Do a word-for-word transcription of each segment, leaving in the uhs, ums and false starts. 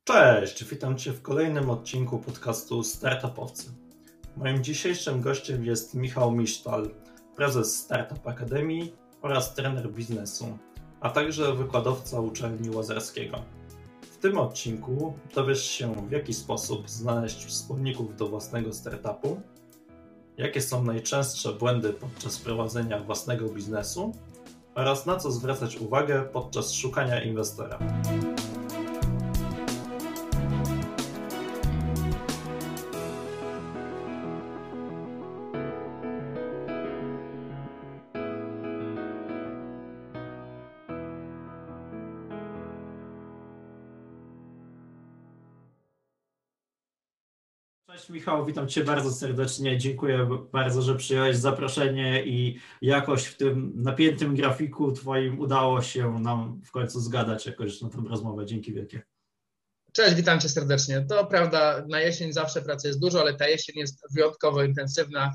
Cześć, witam Cię w kolejnym odcinku podcastu Startupowcy. Moim dzisiejszym gościem jest Michał Misztal, prezes Startup Akademii oraz trener biznesu, a także wykładowca uczelni Łazarskiego. W tym odcinku dowiesz się, w jaki sposób znaleźć wspólników do własnego startupu, jakie są najczęstsze błędy podczas prowadzenia własnego biznesu oraz na co zwracać uwagę podczas szukania inwestora. Cześć Michał, witam Cię bardzo serdecznie. Dziękuję bardzo, że przyjąłeś zaproszenie i jakoś w tym napiętym grafiku Twoim udało się nam w końcu zgadać jakoś na tę rozmowę. Dzięki wielkie. Cześć, witam Cię serdecznie. To prawda, na jesień zawsze pracy jest dużo, ale ta jesień jest wyjątkowo intensywna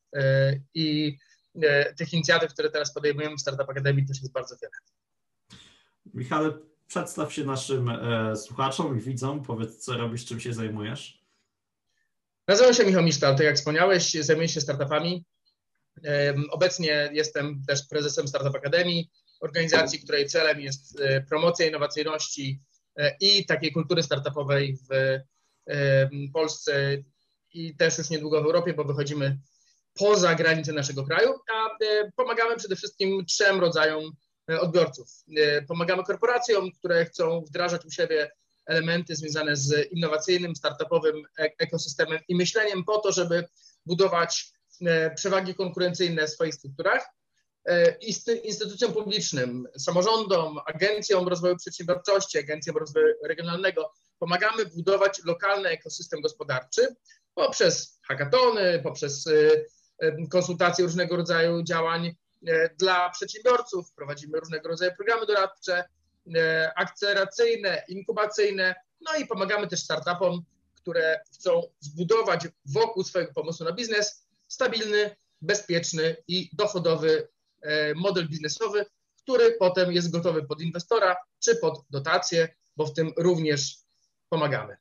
i tych inicjatyw, które teraz podejmujemy w Startup Akademii, też jest bardzo wiele. Michale, przedstaw się naszym słuchaczom i widzom, powiedz, co robisz, czym się zajmujesz. Nazywam się Michał Misztal, tak jak wspomniałeś, zajmuję się startupami. Obecnie jestem też prezesem Startup Akademii, organizacji, której celem jest promocja innowacyjności i takiej kultury startupowej w Polsce i też już niedługo w Europie, bo wychodzimy poza granice naszego kraju, a pomagamy przede wszystkim trzem rodzajom odbiorców. Pomagamy korporacjom, które chcą wdrażać u siebie elementy związane z innowacyjnym, startupowym ekosystemem i myśleniem po to, żeby budować przewagi konkurencyjne w swoich strukturach. Instytucjom publicznym, samorządom, agencjom rozwoju przedsiębiorczości, agencjom rozwoju regionalnego pomagamy budować lokalny ekosystem gospodarczy poprzez hackatony, poprzez konsultacje różnego rodzaju działań dla przedsiębiorców, prowadzimy różnego rodzaju programy doradcze, akceleracyjne, inkubacyjne, no i pomagamy też startupom, które chcą zbudować wokół swojego pomysłu na biznes stabilny, bezpieczny i dochodowy model biznesowy, który potem jest gotowy pod inwestora czy pod dotację, bo w tym również pomagamy.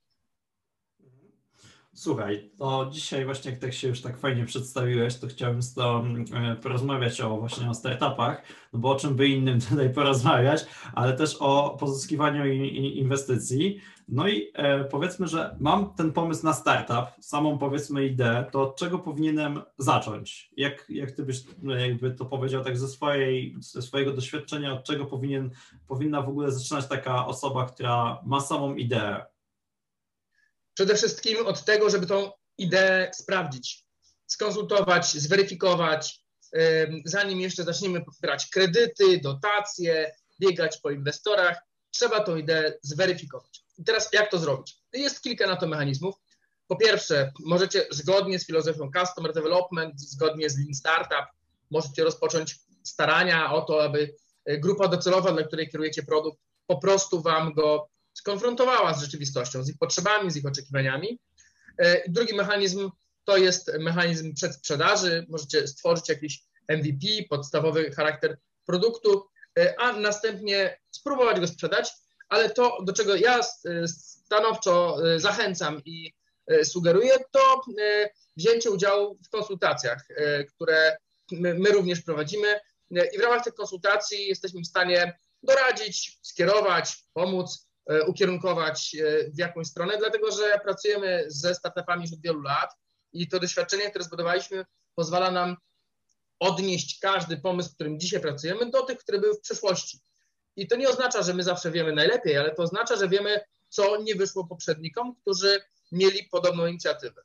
Słuchaj, to dzisiaj właśnie jak tak się już tak fajnie przedstawiłeś, to chciałbym z Tobą porozmawiać o właśnie o startupach, no bo o czym by innym tutaj porozmawiać, ale też o pozyskiwaniu inwestycji. No i e, powiedzmy, że mam ten pomysł na startup, samą powiedzmy ideę, to od czego powinienem zacząć? Jak, jak Ty byś jakby to powiedział tak ze, swojej, ze swojego doświadczenia, od czego powinien, powinna w ogóle zaczynać taka osoba, która ma samą ideę? Przede wszystkim od tego, żeby tą ideę sprawdzić, skonsultować, zweryfikować, zanim jeszcze zaczniemy brać kredyty, dotacje, biegać po inwestorach, trzeba tą ideę zweryfikować. I teraz jak to zrobić? Jest kilka na to mechanizmów. Po pierwsze, możecie zgodnie z filozofią Customer Development, zgodnie z Lean Startup, możecie rozpocząć starania o to, aby grupa docelowa, dla której kierujecie produkt, po prostu Wam go skonfrontowała z rzeczywistością, z ich potrzebami, z ich oczekiwaniami. Drugi mechanizm to jest mechanizm przedsprzedaży. Możecie stworzyć jakiś M V P, podstawowy charakter produktu, a następnie spróbować go sprzedać, ale to, do czego ja stanowczo zachęcam i sugeruję, to wzięcie udziału w konsultacjach, które my również prowadzimy i w ramach tych konsultacji jesteśmy w stanie doradzić, skierować, pomóc, ukierunkować w jakąś stronę, dlatego że pracujemy ze startupami już od wielu lat i to doświadczenie, które zbudowaliśmy, pozwala nam odnieść każdy pomysł, którym dzisiaj pracujemy, do tych, które były w przeszłości. I to nie oznacza, że my zawsze wiemy najlepiej, ale to oznacza, że wiemy, co nie wyszło poprzednikom, którzy mieli podobną inicjatywę.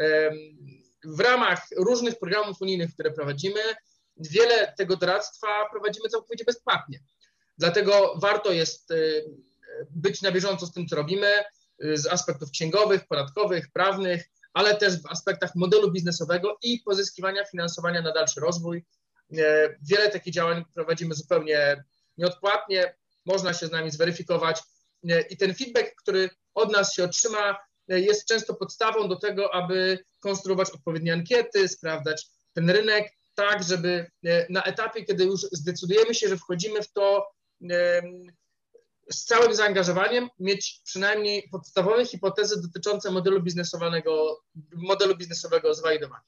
W ramach różnych programów unijnych, które prowadzimy, wiele tego doradztwa prowadzimy całkowicie bezpłatnie. Dlatego warto jest być na bieżąco z tym, co robimy, z aspektów księgowych, podatkowych, prawnych, ale też w aspektach modelu biznesowego i pozyskiwania finansowania na dalszy rozwój. Wiele takich działań prowadzimy zupełnie nieodpłatnie, można się z nami zweryfikować i ten feedback, który od nas się otrzyma, jest często podstawą do tego, aby konstruować odpowiednie ankiety, sprawdzać ten rynek, tak żeby na etapie, kiedy już zdecydujemy się, że wchodzimy w to, z całym zaangażowaniem mieć przynajmniej podstawowe hipotezy dotyczące modelu biznesowego, modelu biznesowego zwalidowania.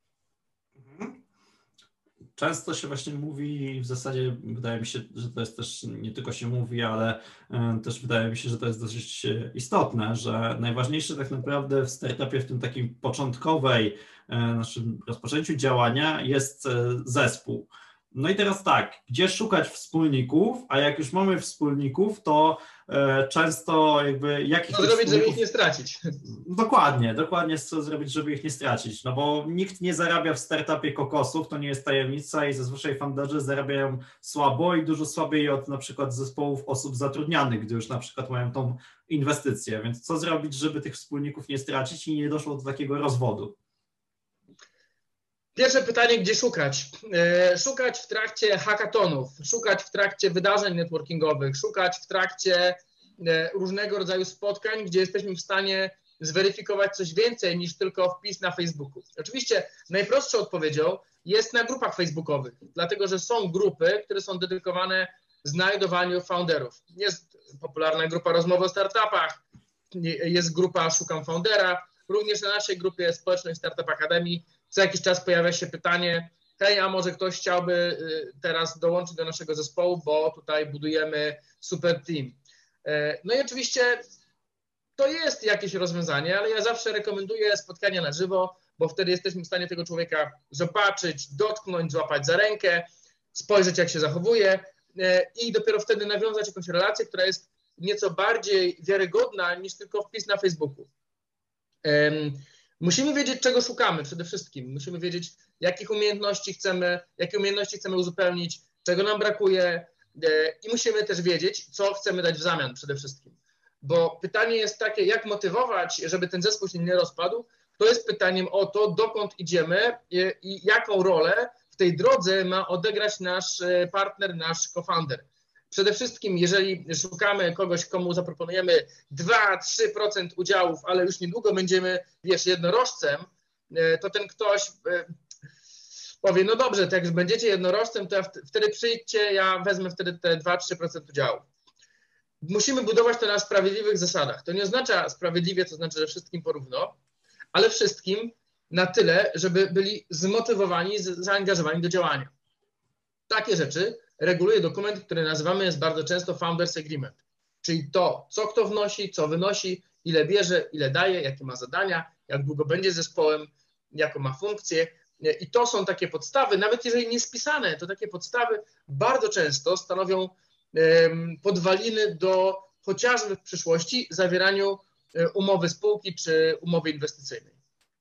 Często się właśnie mówi, w zasadzie wydaje mi się, że to jest też, nie tylko się mówi, ale też wydaje mi się, że to jest dosyć istotne, że najważniejsze tak naprawdę w startupie, w tym takim początkowej, naszym rozpoczęciu działania jest zespół. No i teraz tak, gdzie szukać wspólników, a jak już mamy wspólników, to e, często jakby jakich Co zrobić, żeby ich nie stracić? Dokładnie, dokładnie co zrobić, żeby ich nie stracić, no bo nikt nie zarabia w startupie kokosów, to nie jest tajemnica i zazwyczaj founderzy zarabiają słabo i dużo słabiej od na przykład zespołów osób zatrudnianych, gdy już na przykład mają tą inwestycję, więc co zrobić, żeby tych wspólników nie stracić i nie doszło do takiego rozwodu? Pierwsze pytanie, gdzie szukać? Szukać w trakcie hackathonów, szukać w trakcie wydarzeń networkingowych, szukać w trakcie różnego rodzaju spotkań, gdzie jesteśmy w stanie zweryfikować coś więcej niż tylko wpis na Facebooku. Oczywiście najprostszą odpowiedzią jest na grupach facebookowych, dlatego że są grupy, które są dedykowane znajdowaniu founderów. Jest popularna grupa Rozmowy o Startupach, jest grupa Szukam Foundera, również na naszej grupie Społeczność Startup Akademii co jakiś czas pojawia się pytanie, hej, a może ktoś chciałby teraz dołączyć do naszego zespołu, bo tutaj budujemy super team. No i oczywiście to jest jakieś rozwiązanie, ale ja zawsze rekomenduję spotkania na żywo, bo wtedy jesteśmy w stanie tego człowieka zobaczyć, dotknąć, złapać za rękę, spojrzeć, jak się zachowuje i dopiero wtedy nawiązać jakąś relację, która jest nieco bardziej wiarygodna niż tylko wpis na Facebooku. Musimy wiedzieć, czego szukamy przede wszystkim. Musimy wiedzieć, jakich umiejętności chcemy, jakie umiejętności chcemy uzupełnić, czego nam brakuje i musimy też wiedzieć, co chcemy dać w zamian przede wszystkim. Bo pytanie jest takie, jak motywować, żeby ten zespół się nie rozpadł, to jest pytaniem o to, dokąd idziemy i jaką rolę w tej drodze ma odegrać nasz partner, nasz co-founder. Przede wszystkim, jeżeli szukamy kogoś, komu zaproponujemy dwa do trzech procent udziałów, ale już niedługo będziemy, wiesz, jednorożcem, to ten ktoś powie, no dobrze, to jak już będziecie jednorożcem, to ja wtedy przyjdźcie, ja wezmę wtedy te dwa do trzech procent udziałów. Musimy budować to na sprawiedliwych zasadach. To nie oznacza sprawiedliwie, to znaczy, że wszystkim porówno, ale wszystkim na tyle, żeby byli zmotywowani, zaangażowani do działania. Takie rzeczy reguluje dokument, który nazywamy jest bardzo często Founders Agreement, czyli to, co kto wnosi, co wynosi, ile bierze, ile daje, jakie ma zadania, jak długo będzie zespołem, jaką ma funkcję. I to są takie podstawy, nawet jeżeli nie spisane, to takie podstawy bardzo często stanowią podwaliny do chociażby w przyszłości zawieraniu umowy spółki czy umowy inwestycyjnej.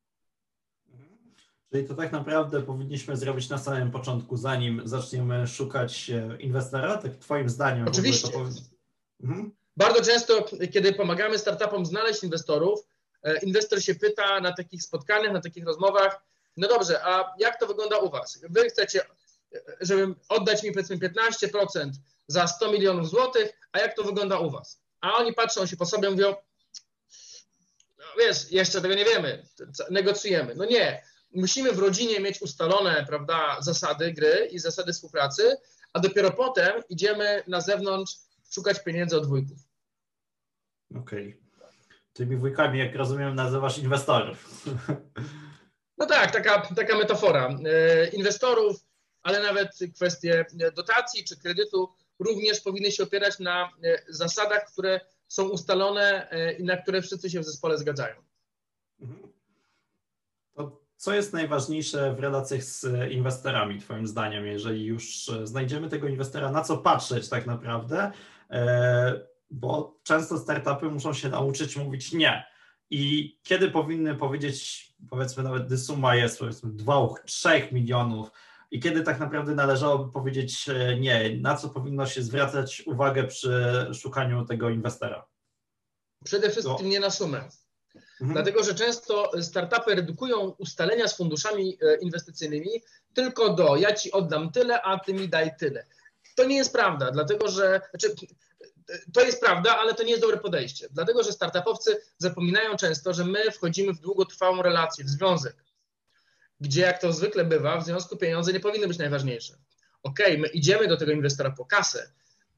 Czyli to tak naprawdę powinniśmy zrobić na samym początku, zanim zaczniemy szukać inwestora, tak twoim zdaniem? Oczywiście. W ogóle to mhm. Bardzo często, kiedy pomagamy startupom znaleźć inwestorów, inwestor się pyta na takich spotkaniach, na takich rozmowach, no dobrze, a jak to wygląda u was? Wy chcecie, żeby oddać mi powiedzmy piętnaście procent za sto milionów złotych, a jak to wygląda u was? A oni patrzą się po sobie i mówią, no wiesz, jeszcze tego nie wiemy, negocjujemy. No nie. Musimy w rodzinie mieć ustalone, prawda, zasady gry i zasady współpracy, a dopiero potem idziemy na zewnątrz szukać pieniędzy od wujków. Okej. Okay. Tymi wujkami, jak rozumiem, nazywasz inwestorów. No tak, taka, taka metafora. Inwestorów, ale nawet kwestie dotacji czy kredytu również powinny się opierać na zasadach, które są ustalone i na które wszyscy się w zespole zgadzają. Mhm. To co jest najważniejsze w relacjach z inwestorami, twoim zdaniem, jeżeli już znajdziemy tego inwestora, na co patrzeć tak naprawdę, bo często startupy muszą się nauczyć mówić nie. I kiedy powinny powiedzieć, powiedzmy nawet, gdy suma jest powiedzmy dwóch, trzech milionów i kiedy tak naprawdę należałoby powiedzieć nie, na co powinno się zwracać uwagę przy szukaniu tego inwestora? Przede wszystkim to... nie na sumę. Mhm. Dlatego, że często startupy redukują ustalenia z funduszami inwestycyjnymi tylko do ja ci oddam tyle, a ty mi daj tyle. To nie jest prawda, dlatego że znaczy, to jest prawda, ale to nie jest dobre podejście. Dlatego, że startupowcy zapominają często, że my wchodzimy w długotrwałą relację, w związek, gdzie jak to zwykle bywa, w związku pieniądze nie powinny być najważniejsze. Okej, my idziemy do tego inwestora po kasę,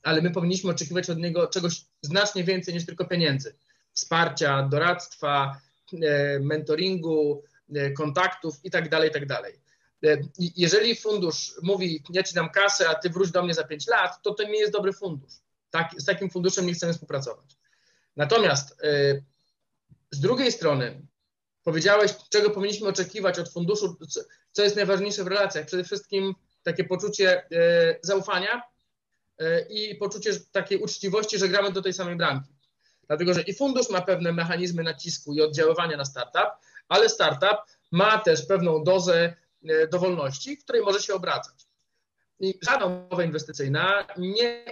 ale my powinniśmy oczekiwać od niego czegoś znacznie więcej niż tylko pieniędzy. Wsparcia, doradztwa, mentoringu, kontaktów i tak dalej, i tak dalej. Jeżeli fundusz mówi, ja ci dam kasę, a ty wróć do mnie za pięć lat, to to nie jest dobry fundusz. Tak, z takim funduszem nie chcemy współpracować. Natomiast z drugiej strony powiedziałeś, czego powinniśmy oczekiwać od funduszu, co jest najważniejsze w relacjach. Przede wszystkim takie poczucie zaufania i poczucie takiej uczciwości, że gramy do tej samej bramki. Dlatego, że i fundusz ma pewne mechanizmy nacisku i oddziaływania na startup, ale startup ma też pewną dozę dowolności, w której może się obracać. I żadna umowa inwestycyjna nie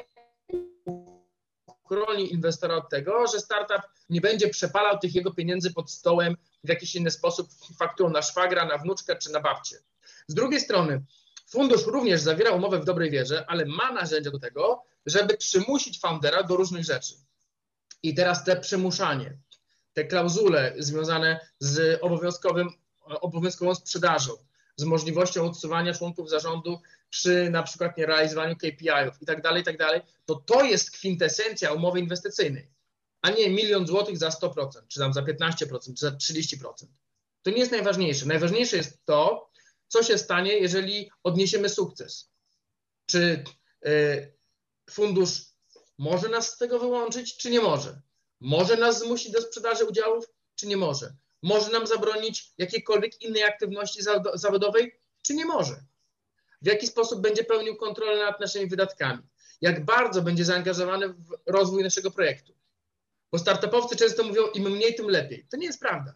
uchroni inwestora od tego, że startup nie będzie przepalał tych jego pieniędzy pod stołem w jakiś inny sposób, fakturą na szwagra, na wnuczkę czy na babcię. Z drugiej strony fundusz również zawiera umowę w dobrej wierze, ale ma narzędzia do tego, żeby przymusić foundera do różnych rzeczy. I teraz te przymuszanie, te klauzule związane z obowiązkowym, obowiązkową sprzedażą, z możliwością odsuwania członków zarządu przy na przykład nierealizowaniu K P I ów i tak dalej, i tak dalej, to to jest kwintesencja umowy inwestycyjnej, a nie milion złotych za sto procent, czy tam za piętnaście procent, czy za trzydzieści procent. To nie jest najważniejsze. Najważniejsze jest to, co się stanie, jeżeli odniesiemy sukces. Czy y, fundusz może nas z tego wyłączyć, czy nie może? Może nas zmusić do sprzedaży udziałów, czy nie może? Może nam zabronić jakiejkolwiek innej aktywności zawodowej, czy nie może? W jaki sposób będzie pełnił kontrolę nad naszymi wydatkami? Jak bardzo będzie zaangażowany w rozwój naszego projektu? Bo startupowcy często mówią, im mniej, tym lepiej. To nie jest prawda.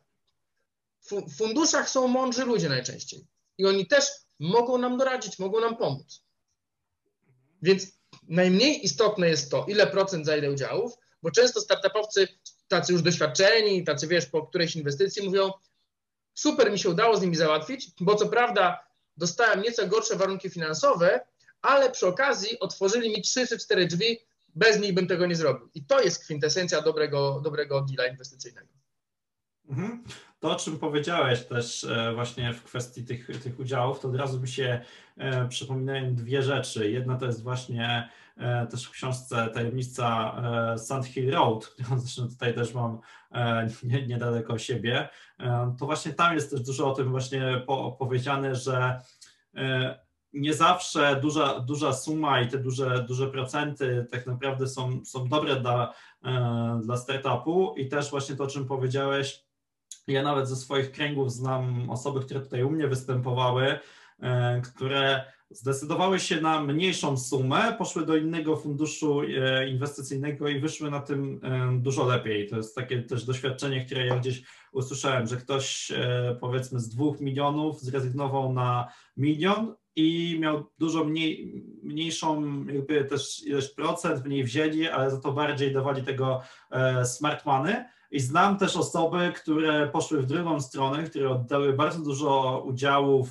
W funduszach są mądrzy ludzie najczęściej i oni też mogą nam doradzić, mogą nam pomóc. Więc najmniej istotne jest to, ile procent za ile udziałów, bo często startupowcy, tacy już doświadczeni, tacy wiesz, po którejś inwestycji mówią, super mi się udało z nimi załatwić, bo co prawda dostałem nieco gorsze warunki finansowe, ale przy okazji otworzyli mi trzy czy cztery drzwi, bez nich bym tego nie zrobił. I to jest kwintesencja dobrego, dobrego deala inwestycyjnego. Mhm. To, o czym powiedziałeś też właśnie w kwestii tych, tych udziałów, to od razu mi się e, przypominają dwie rzeczy. Jedna to jest właśnie e, też w książce Tajemnica e, Sand Hill Road, którą zresztą tutaj też mam e, nie, niedaleko siebie. E, to właśnie tam jest też dużo o tym właśnie po, powiedziane, że e, nie zawsze duża, duża suma i te duże, duże procenty tak naprawdę są, są dobre dla, e, dla startupu i też właśnie to, o czym powiedziałeś. Ja nawet ze swoich kręgów znam osoby, które tutaj u mnie występowały, które zdecydowały się na mniejszą sumę, poszły do innego funduszu inwestycyjnego i wyszły na tym dużo lepiej. To jest takie też doświadczenie, które ja gdzieś usłyszałem, że ktoś powiedzmy z dwóch milionów zrezygnował na milion i miał dużo mniej, mniejszą jakby też ilość procent, mniej wzięli, ale za to bardziej dawali tego smart money. I znam też osoby, które poszły w drugą stronę, które oddały bardzo dużo udziałów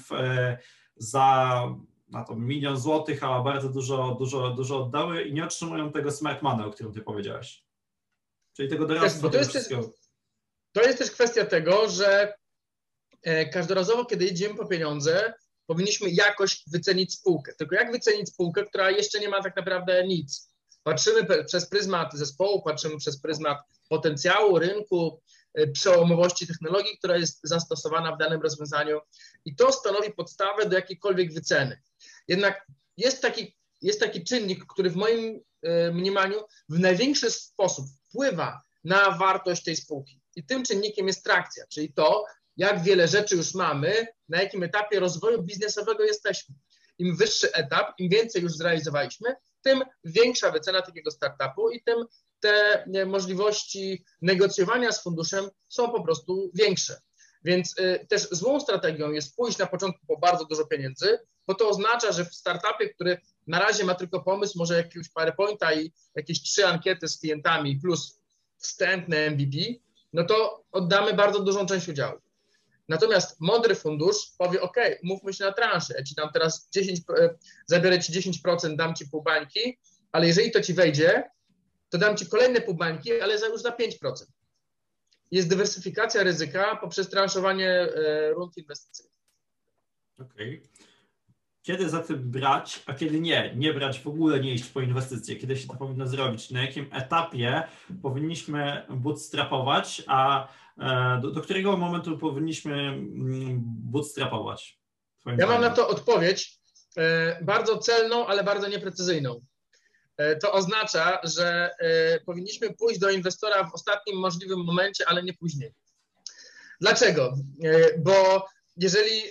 za na to milion złotych, a bardzo dużo, dużo, dużo oddały i nie otrzymują tego smart money, o którym ty powiedziałeś. Czyli tego doradztwa, to, jest też, to jest też kwestia tego, że każdorazowo, kiedy idziemy po pieniądze, powinniśmy jakoś wycenić spółkę. Tylko jak wycenić spółkę, która jeszcze nie ma tak naprawdę nic? Patrzymy przez pryzmat zespołu, patrzymy przez pryzmat potencjału, rynku, przełomowości technologii, która jest zastosowana w danym rozwiązaniu i to stanowi podstawę do jakiejkolwiek wyceny. Jednak jest taki, jest taki czynnik, który w moim mniemaniu w największy sposób wpływa na wartość tej spółki i tym czynnikiem jest trakcja, czyli to, jak wiele rzeczy już mamy, na jakim etapie rozwoju biznesowego jesteśmy. Im wyższy etap, im więcej już zrealizowaliśmy, tym większa wycena takiego startupu i tym te możliwości negocjowania z funduszem są po prostu większe. Więc y, też złą strategią jest pójść na początku po bardzo dużo pieniędzy, bo to oznacza, że w startupie, który na razie ma tylko pomysł, może jakiegoś PowerPointa i jakieś trzy ankiety z klientami plus wstępne M V P, no to oddamy bardzo dużą część udziału. Natomiast mądry fundusz powie, ok, mówmy się na transzę, ja ci dam teraz dziesięć, zabiorę ci dziesięć procent, dam ci pół bańki, ale jeżeli to ci wejdzie, to dam ci kolejne pół bańki, ale za już za pięć procent. Jest dywersyfikacja ryzyka poprzez transzowanie rund inwestycyjnych. Okej. Okay. kiedy za tym brać, a kiedy nie, nie brać w ogóle, nie iść po inwestycje, kiedy się to powinno zrobić, na jakim etapie powinniśmy bootstrapować, a do, do którego momentu powinniśmy bootstrapować? Ja mam na to odpowiedź bardzo celną, ale bardzo nieprecyzyjną. To oznacza, że powinniśmy pójść do inwestora w ostatnim możliwym momencie, ale nie później. Dlaczego? Bo jeżeli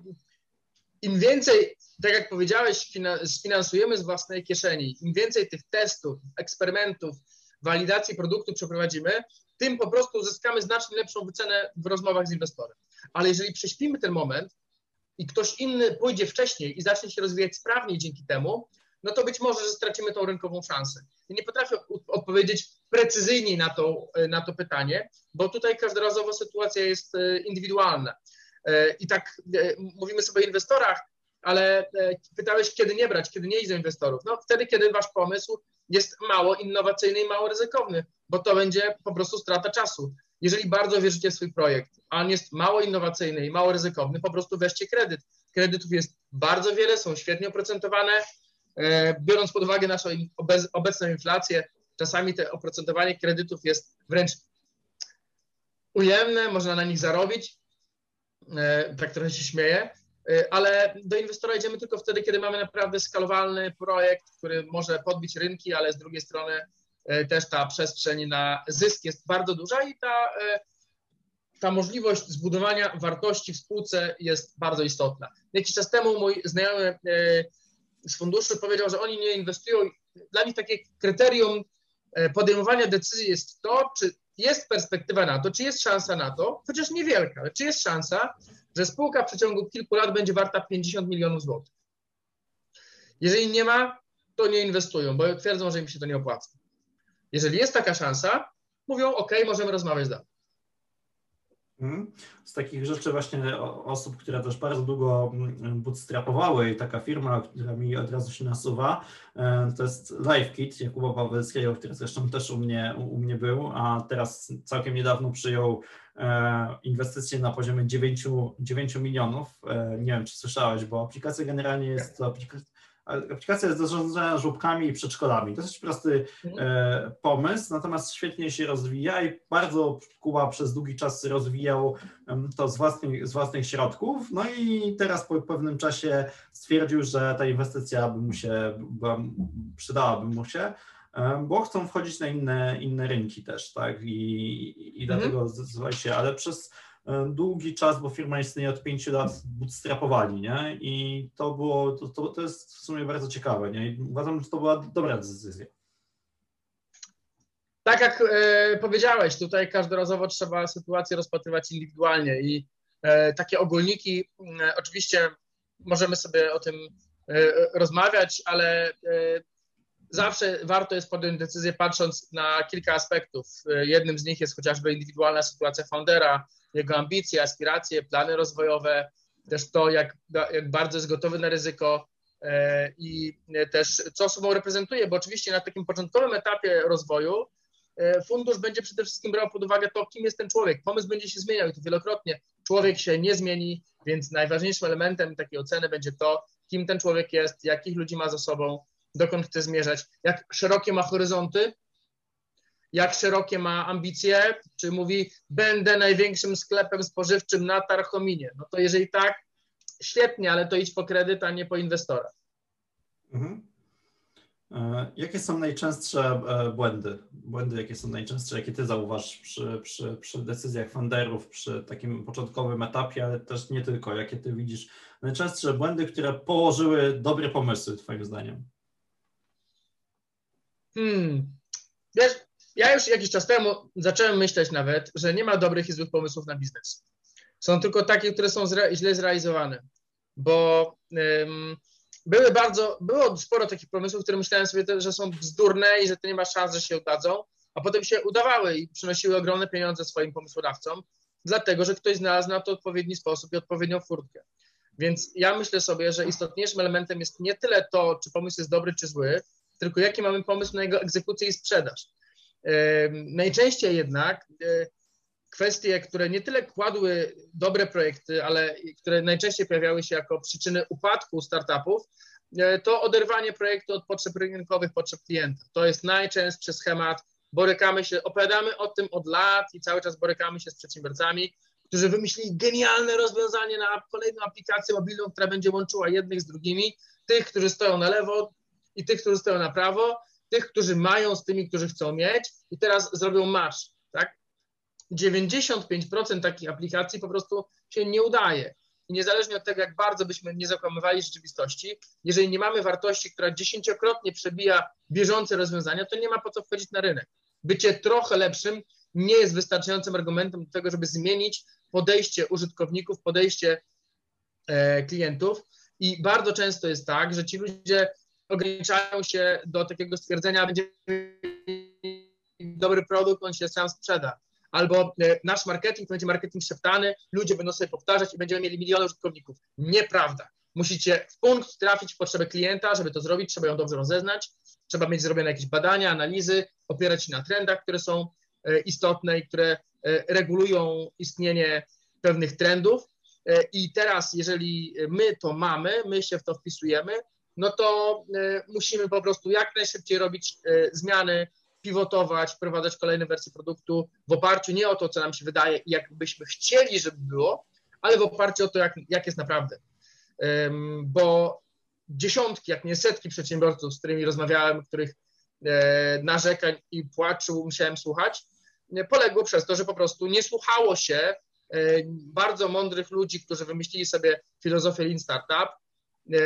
im więcej, tak jak powiedziałeś, sfinansujemy z własnej kieszeni, im więcej tych testów, eksperymentów, walidacji produktu przeprowadzimy, tym po prostu uzyskamy znacznie lepszą wycenę w rozmowach z inwestorem. Ale jeżeli prześpimy ten moment i ktoś inny pójdzie wcześniej i zacznie się rozwijać sprawniej dzięki temu, no to być może, że stracimy tą rynkową szansę. Ja nie potrafię odpowiedzieć precyzyjniej na to, na to pytanie, bo tutaj każdorazowo sytuacja jest indywidualna. I tak mówimy sobie o inwestorach, ale pytałeś, kiedy nie brać, kiedy nie iść do inwestorów. No wtedy, kiedy wasz pomysł jest mało innowacyjny i mało ryzykowny, bo to będzie po prostu strata czasu. Jeżeli bardzo wierzycie w swój projekt, a on jest mało innowacyjny i mało ryzykowny, po prostu weźcie kredyt. Kredytów jest bardzo wiele, są świetnie oprocentowane. Biorąc pod uwagę naszą obecną inflację, czasami to oprocentowanie kredytów jest wręcz ujemne, można na nich zarobić. Tak trochę się śmieję, ale do inwestora idziemy tylko wtedy, kiedy mamy naprawdę skalowalny projekt, który może podbić rynki, ale z drugiej strony też ta przestrzeń na zysk jest bardzo duża i ta, ta możliwość zbudowania wartości w spółce jest bardzo istotna. Jakiś czas temu mój znajomy z funduszy powiedział, że oni nie inwestują. Dla nich takie kryterium podejmowania decyzji jest to, czy jest perspektywa na to, czy jest szansa na to, chociaż niewielka, ale czy jest szansa, że spółka w przeciągu kilku lat będzie warta pięćdziesiąt milionów złotych. Jeżeli nie ma, to nie inwestują, bo twierdzą, że im się to nie opłaca. Jeżeli jest taka szansa, mówią, OK, możemy rozmawiać dalej. Z takich rzeczy właśnie osób, które też bardzo długo bootstrapowały i taka firma, która mi od razu się nasuwa, to jest LiveKit Jakuba Pawelskiego, który zresztą też u mnie, u mnie był, a teraz całkiem niedawno przyjął inwestycje na poziomie dziewięć milionów. Nie wiem, czy słyszałeś, bo aplikacja generalnie jest aplikacja, Aplikacja jest do zarządzania żłobkami i przedszkolami. Dosyć prosty e, pomysł, natomiast świetnie się rozwija i bardzo Kuba przez długi czas rozwijał um, to z własnych, z własnych środków. No i teraz po pewnym czasie stwierdził, że ta inwestycja by mu się, by, przydałaby mu się, um, bo chcą wchodzić na inne, inne rynki też, tak? I, i dlatego mhm. zdecydowali się, ale przez długi czas, bo firma istnieje od pięciu lat, bootstrapowali, nie? I to było, to, to, to jest w sumie bardzo ciekawe, nie? I uważam, że to była dobra decyzja. Tak jak e, powiedziałeś, tutaj każdorazowo trzeba sytuację rozpatrywać indywidualnie i e, takie ogólniki, e, oczywiście możemy sobie o tym e, rozmawiać, ale e, zawsze warto jest podjąć decyzję patrząc na kilka aspektów. E, jednym z nich jest chociażby indywidualna sytuacja foundera, jego ambicje, aspiracje, plany rozwojowe, też to, jak, jak bardzo jest gotowy na ryzyko e, i też co sobą reprezentuje, bo oczywiście na takim początkowym etapie rozwoju e, fundusz będzie przede wszystkim brał pod uwagę to, kim jest ten człowiek. Pomysł będzie się zmieniał i to wielokrotnie. Człowiek się nie zmieni, więc najważniejszym elementem takiej oceny będzie to, kim ten człowiek jest, jakich ludzi ma za sobą, dokąd chce zmierzać, jak szerokie ma horyzonty, jak szerokie ma ambicje, czy mówi, będę największym sklepem spożywczym na Tarchominie. No to jeżeli tak, świetnie, ale to idź po kredyt, a nie po inwestora. Mhm. Jakie są najczęstsze błędy? Błędy, jakie są najczęstsze, jakie ty zauważasz przy, przy, przy decyzjach funderów, przy takim początkowym etapie, ale też nie tylko, jakie ty widzisz najczęstsze błędy, które położyły dobre pomysły, twoim zdaniem? Hmm, wiesz, ja już jakiś czas temu zacząłem myśleć nawet, że nie ma dobrych i złych pomysłów na biznes. Są tylko takie, które są zre, źle zrealizowane, bo um, były bardzo, było sporo takich pomysłów, które myślałem sobie, że są bzdurne i że to nie ma szans, że się udadzą, a potem się udawały i przynosiły ogromne pieniądze swoim pomysłodawcom, dlatego, że ktoś znalazł na to odpowiedni sposób i odpowiednią furtkę. Więc ja myślę sobie, że istotniejszym elementem jest nie tyle to, czy pomysł jest dobry, czy zły, tylko jaki mamy pomysł na jego egzekucję i sprzedaż. Najczęściej jednak kwestie, które nie tyle kładły dobre projekty, ale które najczęściej pojawiały się jako przyczyny upadku startupów, to oderwanie projektu od potrzeb rynkowych, potrzeb klienta. To jest najczęstszy schemat. Borykamy się, opowiadamy o tym od lat i cały czas borykamy się z przedsiębiorcami, którzy wymyślili genialne rozwiązanie na kolejną aplikację mobilną, która będzie łączyła jednych z drugimi, tych, którzy stoją na lewo i tych, którzy stoją na prawo, tych, którzy mają z tymi, którzy chcą mieć i teraz zrobią match, tak? dziewięćdziesiąt pięć procent takich aplikacji po prostu się nie udaje. I niezależnie od tego, jak bardzo byśmy nie zakłamywali rzeczywistości, jeżeli nie mamy wartości, która dziesięciokrotnie przebija bieżące rozwiązania, to nie ma po co wchodzić na rynek. Bycie trochę lepszym nie jest wystarczającym argumentem do tego, żeby zmienić podejście użytkowników, podejście e, klientów. I bardzo często jest tak, że ci ludzie ograniczają się do takiego stwierdzenia, będzie dobry produkt, on się sam sprzeda. Albo nasz marketing to będzie marketing szeptany, ludzie będą sobie powtarzać i będziemy mieli miliony użytkowników. Nieprawda. Musicie w punkt trafić w potrzebę klienta, żeby to zrobić, trzeba ją dobrze rozeznać, trzeba mieć zrobione jakieś badania, analizy, opierać się na trendach, które są istotne i które regulują istnienie pewnych trendów. I teraz, jeżeli my to mamy, my się w to wpisujemy, no to musimy po prostu jak najszybciej robić zmiany, pivotować, wprowadzać kolejne wersje produktu w oparciu nie o to, co nam się wydaje i jak byśmy chcieli, żeby było, ale w oparciu o to, jak, jak jest naprawdę. Um, bo dziesiątki, jak nie setki przedsiębiorców, z którymi rozmawiałem, których e, narzekań i płaczu musiałem słuchać, nie, poległo przez to, że po prostu nie słuchało się e, bardzo mądrych ludzi, którzy wymyślili sobie filozofię Lean Startup. E,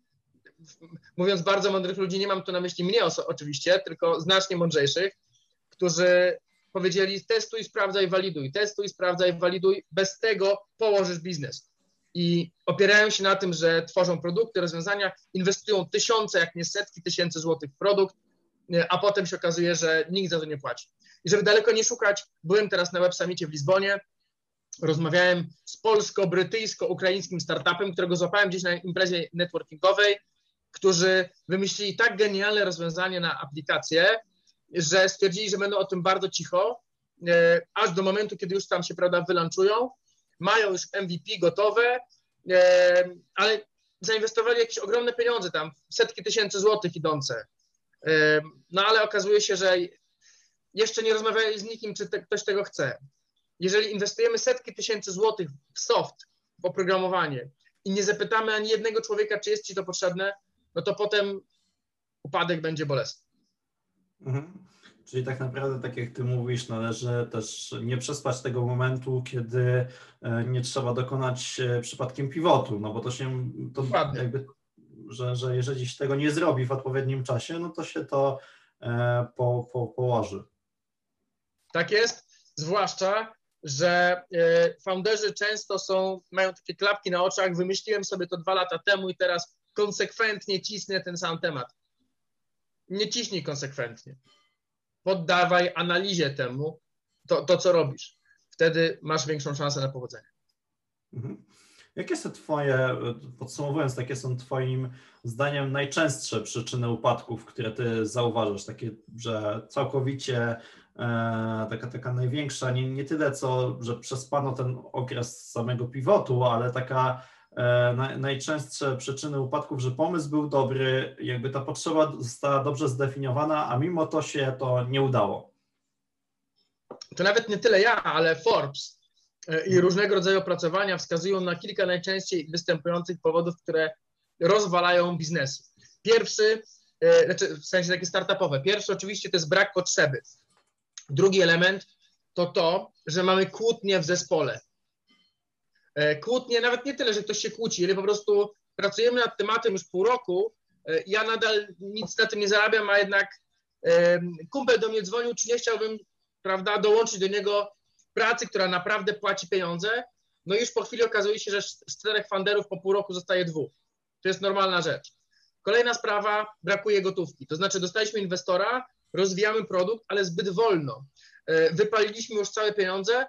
Mówiąc bardzo mądrych ludzi, nie mam tu na myśli mnie oczywiście, tylko znacznie mądrzejszych, którzy powiedzieli testuj, sprawdzaj, waliduj, testuj, sprawdzaj, waliduj, bez tego położysz biznes. I opierają się na tym, że tworzą produkty, rozwiązania, inwestują tysiące, jak nie setki tysięcy złotych w produkt, a potem się okazuje, że nikt za to nie płaci. I żeby daleko nie szukać, byłem teraz na Web Summicie w Lizbonie, rozmawiałem z polsko-brytyjsko-ukraińskim startupem, którego złapałem gdzieś na imprezie networkingowej, którzy wymyślili tak genialne rozwiązanie na aplikację, że stwierdzili, że będą o tym bardzo cicho, e, aż do momentu, kiedy już tam się, prawda, wylanczują, mają już M V P gotowe, e, ale zainwestowali jakieś ogromne pieniądze tam, setki tysięcy złotych idące. E, no ale okazuje się, że jeszcze nie rozmawiali z nikim, czy te, ktoś tego chce. Jeżeli inwestujemy setki tysięcy złotych w soft, w oprogramowanie i nie zapytamy ani jednego człowieka, czy jest ci to potrzebne, no to potem upadek będzie bolesny. Mhm. Czyli tak naprawdę, tak jak ty mówisz, należy też nie przespać tego momentu, kiedy nie trzeba dokonać przypadkiem pivotu, no bo to się, to jakby, że, że jeżeli się tego nie zrobi w odpowiednim czasie, no to się to po, po, położy. Tak jest, zwłaszcza, że founderzy często są, mają takie klapki na oczach, wymyśliłem sobie to dwa lata temu i teraz konsekwentnie cisnę ten sam temat. Nie ciśnij konsekwentnie. Poddawaj analizie temu to, to co robisz. Wtedy masz większą szansę na powodzenie. Mhm. Jakie są twoje, podsumowując, jakie są twoim zdaniem najczęstsze przyczyny upadków, które ty zauważasz? Takie, że całkowicie e, taka, taka największa, nie, nie tyle co, że przespano ten okres samego pivotu, ale taka e, najczęstsze przyczyny upadków, że pomysł był dobry, jakby ta potrzeba została dobrze zdefiniowana, a mimo to się to nie udało. To nawet nie tyle ja, ale Forbes i różnego rodzaju opracowania wskazują na kilka najczęściej występujących powodów, które rozwalają biznesy. Pierwszy, znaczy w sensie takie startupowe, pierwszy oczywiście to jest brak potrzeby. Drugi element to to, że mamy kłótnie w zespole. Kłótnie, nawet nie tyle, że ktoś się kłóci, ale po prostu pracujemy nad tematem już pół roku, ja nadal nic na tym nie zarabiam, a jednak kumpel do mnie dzwonił, czy nie chciałbym, prawda, dołączyć do niego pracy, która naprawdę płaci pieniądze, no już po chwili okazuje się, że z czterech funderów po pół roku zostaje dwóch. To jest normalna rzecz. Kolejna sprawa, brakuje gotówki. To znaczy dostaliśmy inwestora, rozwijamy produkt, ale zbyt wolno. Wypaliliśmy już całe pieniądze,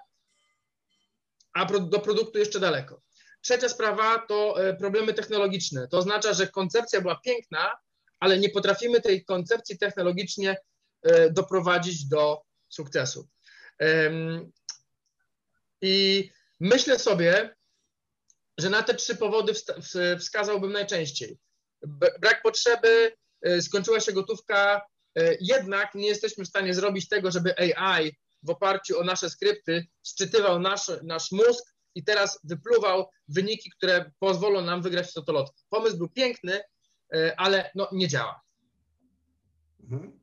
a do produktu jeszcze daleko. Trzecia sprawa to problemy technologiczne. To oznacza, że koncepcja była piękna, ale nie potrafimy tej koncepcji technologicznie doprowadzić do sukcesu. I myślę sobie, że na te trzy powody wskazałbym najczęściej. Brak potrzeby, skończyła się gotówka, jednak nie jesteśmy w stanie zrobić tego, żeby A I w oparciu o nasze skrypty sczytywał nasz, nasz mózg i teraz wypluwał wyniki, które pozwolą nam wygrać w totolotto. Pomysł był piękny, ale no, nie działa. Mhm.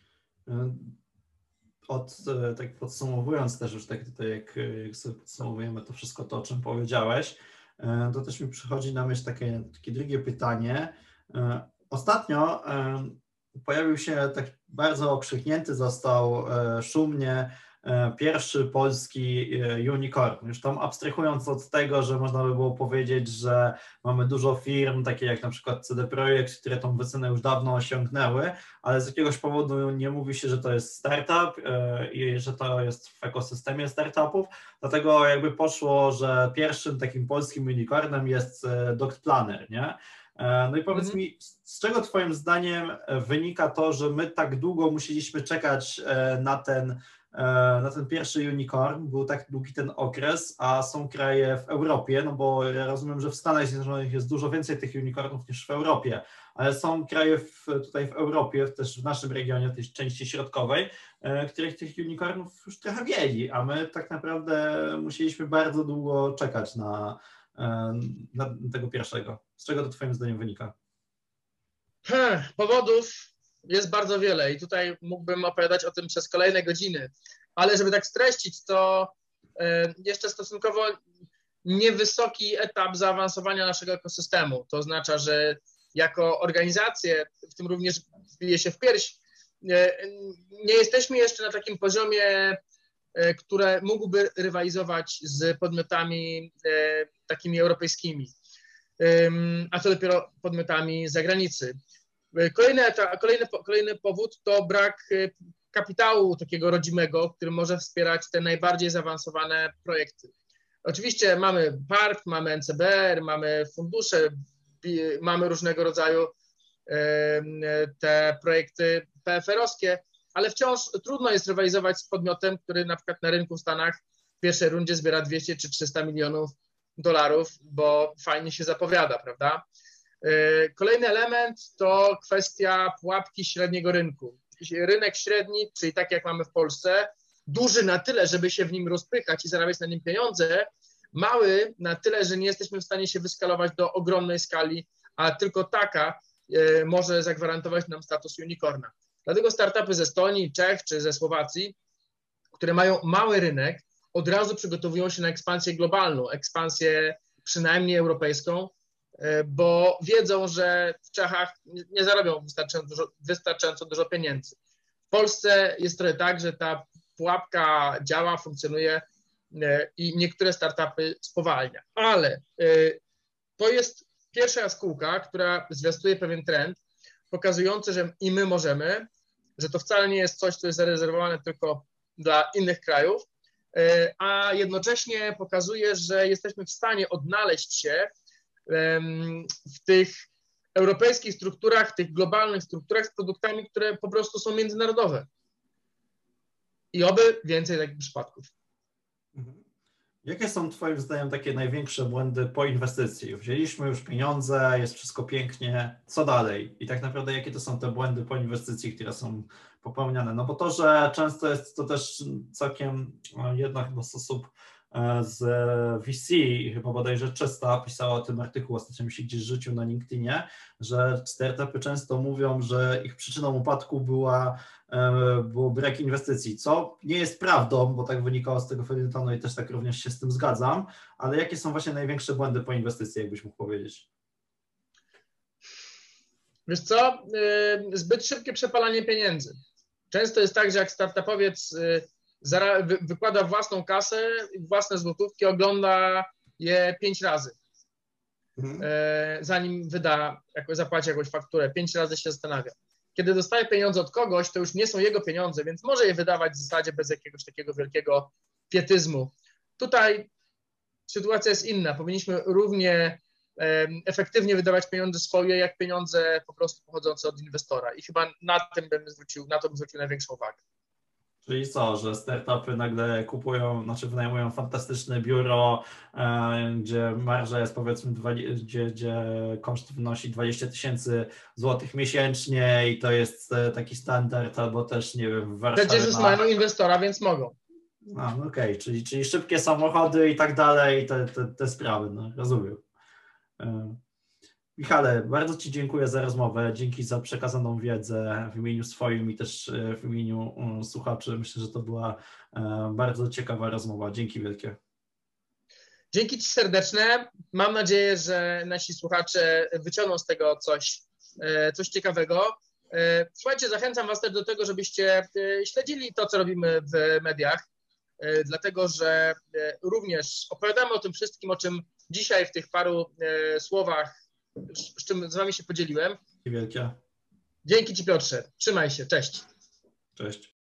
Od, tak podsumowując też już tak tutaj, jak, jak sobie podsumowujemy to wszystko to, o czym powiedziałeś, to też mi przychodzi na myśl takie, takie drugie pytanie. Ostatnio pojawił się tak bardzo okrzyknięty, został szumnie pierwszy polski unicorn. Już tam abstrahując od tego, że można by było powiedzieć, że mamy dużo firm, takie jak na przykład C D Projekt, które tą wycenę już dawno osiągnęły, ale z jakiegoś powodu nie mówi się, że to jest startup i że to jest w ekosystemie startupów, dlatego jakby poszło, że pierwszym takim polskim unicornem jest DocPlanner, nie? No i powiedz mi, z czego Twoim zdaniem wynika to, że my tak długo musieliśmy czekać na ten, na ten pierwszy unicorn, był tak długi ten okres, a są kraje w Europie, no bo ja rozumiem, że w Stanach Zjednoczonych jest dużo więcej tych unicornów niż w Europie, ale są kraje w, tutaj w Europie, też w naszym regionie, tej części środkowej, których tych unicornów już trochę mieli, a my tak naprawdę musieliśmy bardzo długo czekać na Na tego pierwszego. Z czego to Twoim zdaniem wynika? Hmm, powodów jest bardzo wiele i tutaj mógłbym opowiadać o tym przez kolejne godziny, ale żeby tak streścić, to jeszcze stosunkowo niewysoki etap zaawansowania naszego ekosystemu. To oznacza, że jako organizacje, w tym również bije się w pierś, nie jesteśmy jeszcze na takim poziomie, które mógłby rywalizować z podmiotami takimi europejskimi, a co dopiero podmiotami z zagranicy. Kolejny, kolejny, kolejny powód to brak kapitału takiego rodzimego, który może wspierać te najbardziej zaawansowane projekty. Oczywiście mamy park, mamy N C B R, mamy fundusze, mamy różnego rodzaju te projekty P F R-owskie, ale wciąż trudno jest rywalizować z podmiotem, który na przykład na rynku w Stanach w pierwszej rundzie zbiera dwieście czy trzysta milionów dolarów, bo fajnie się zapowiada, prawda? Kolejny element to kwestia pułapki średniego rynku. Rynek średni, czyli tak jak mamy w Polsce, duży na tyle, żeby się w nim rozpychać i zarabiać na nim pieniądze, mały na tyle, że nie jesteśmy w stanie się wyskalować do ogromnej skali, a tylko taka może zagwarantować nam status unicorna. Dlatego startupy ze Estonii, Czech czy ze Słowacji, które mają mały rynek, od razu przygotowują się na ekspansję globalną, ekspansję przynajmniej europejską, bo wiedzą, że w Czechach nie zarobią wystarczająco dużo, wystarczająco dużo pieniędzy. W Polsce jest trochę tak, że ta pułapka działa, funkcjonuje i niektóre startupy spowalnia. Ale to jest pierwsza jaskółka, która zwiastuje pewien trend, pokazujący, że i my możemy, że to wcale nie jest coś, co jest zarezerwowane tylko dla innych krajów, a jednocześnie pokazuje, że jesteśmy w stanie odnaleźć się w tych europejskich strukturach, w tych globalnych strukturach z produktami, które po prostu są międzynarodowe. I oby więcej takich przypadków. Jakie są Twoim zdaniem takie największe błędy po inwestycji? Wzięliśmy już pieniądze, jest wszystko pięknie, co dalej? I tak naprawdę jakie to są te błędy po inwestycji, które są popełniane? No bo to, że często jest to też całkiem jedna chyba z osób z V C, chyba bodajże Czysta, pisała o tym artykuł, ostatnio mi się gdzieś rzucił na LinkedInie, że startupy często mówią, że ich przyczyną upadku była, był brak inwestycji, co nie jest prawdą, bo tak wynikało z tego felietonu i też tak również się z tym zgadzam, ale jakie są właśnie największe błędy po inwestycji, jakbyś mógł powiedzieć? Wiesz co, zbyt szybkie przepalanie pieniędzy. Często jest tak, że jak startupowiec wykłada własną kasę, własne złotówki, ogląda je pięć razy, mhm. zanim wyda, zapłaci jakąś fakturę, pięć razy się zastanawia. Kiedy dostaje pieniądze od kogoś, to już nie są jego pieniądze, więc może je wydawać w zasadzie bez jakiegoś takiego wielkiego pietyzmu. Tutaj sytuacja jest inna. Powinniśmy równie efektywnie wydawać pieniądze swoje, jak pieniądze po prostu pochodzące od inwestora. I chyba na tym bym zwrócił, na to bym zwrócił największą uwagę. Czyli co, że startupy nagle kupują, znaczy wynajmują fantastyczne biuro, e, gdzie marża jest powiedzmy, gdzie, gdzie koszt wynosi dwadzieścia tysięcy złotych miesięcznie i to jest e, taki standard, albo też, nie wiem, w Warszawie Przecież już ma... mają inwestora, więc mogą. A, no okej, okay. czyli, czyli szybkie samochody i tak dalej, te, te, te sprawy, no rozumiem. E, Michale, bardzo Ci dziękuję za rozmowę, dzięki za przekazaną wiedzę w imieniu swoim i też w imieniu słuchaczy. Myślę, że to była bardzo ciekawa rozmowa. Dzięki wielkie. Dzięki Ci serdeczne. Mam nadzieję, że nasi słuchacze wyciągną z tego coś, coś ciekawego. Słuchajcie, zachęcam Was też do tego, żebyście śledzili to, co robimy w mediach, dlatego że również opowiadamy o tym wszystkim, o czym dzisiaj w tych paru słowach, z czym z Wami się podzieliłem. Dzięki wielkie. Dzięki Ci, Piotrze. Trzymaj się. Cześć. Cześć.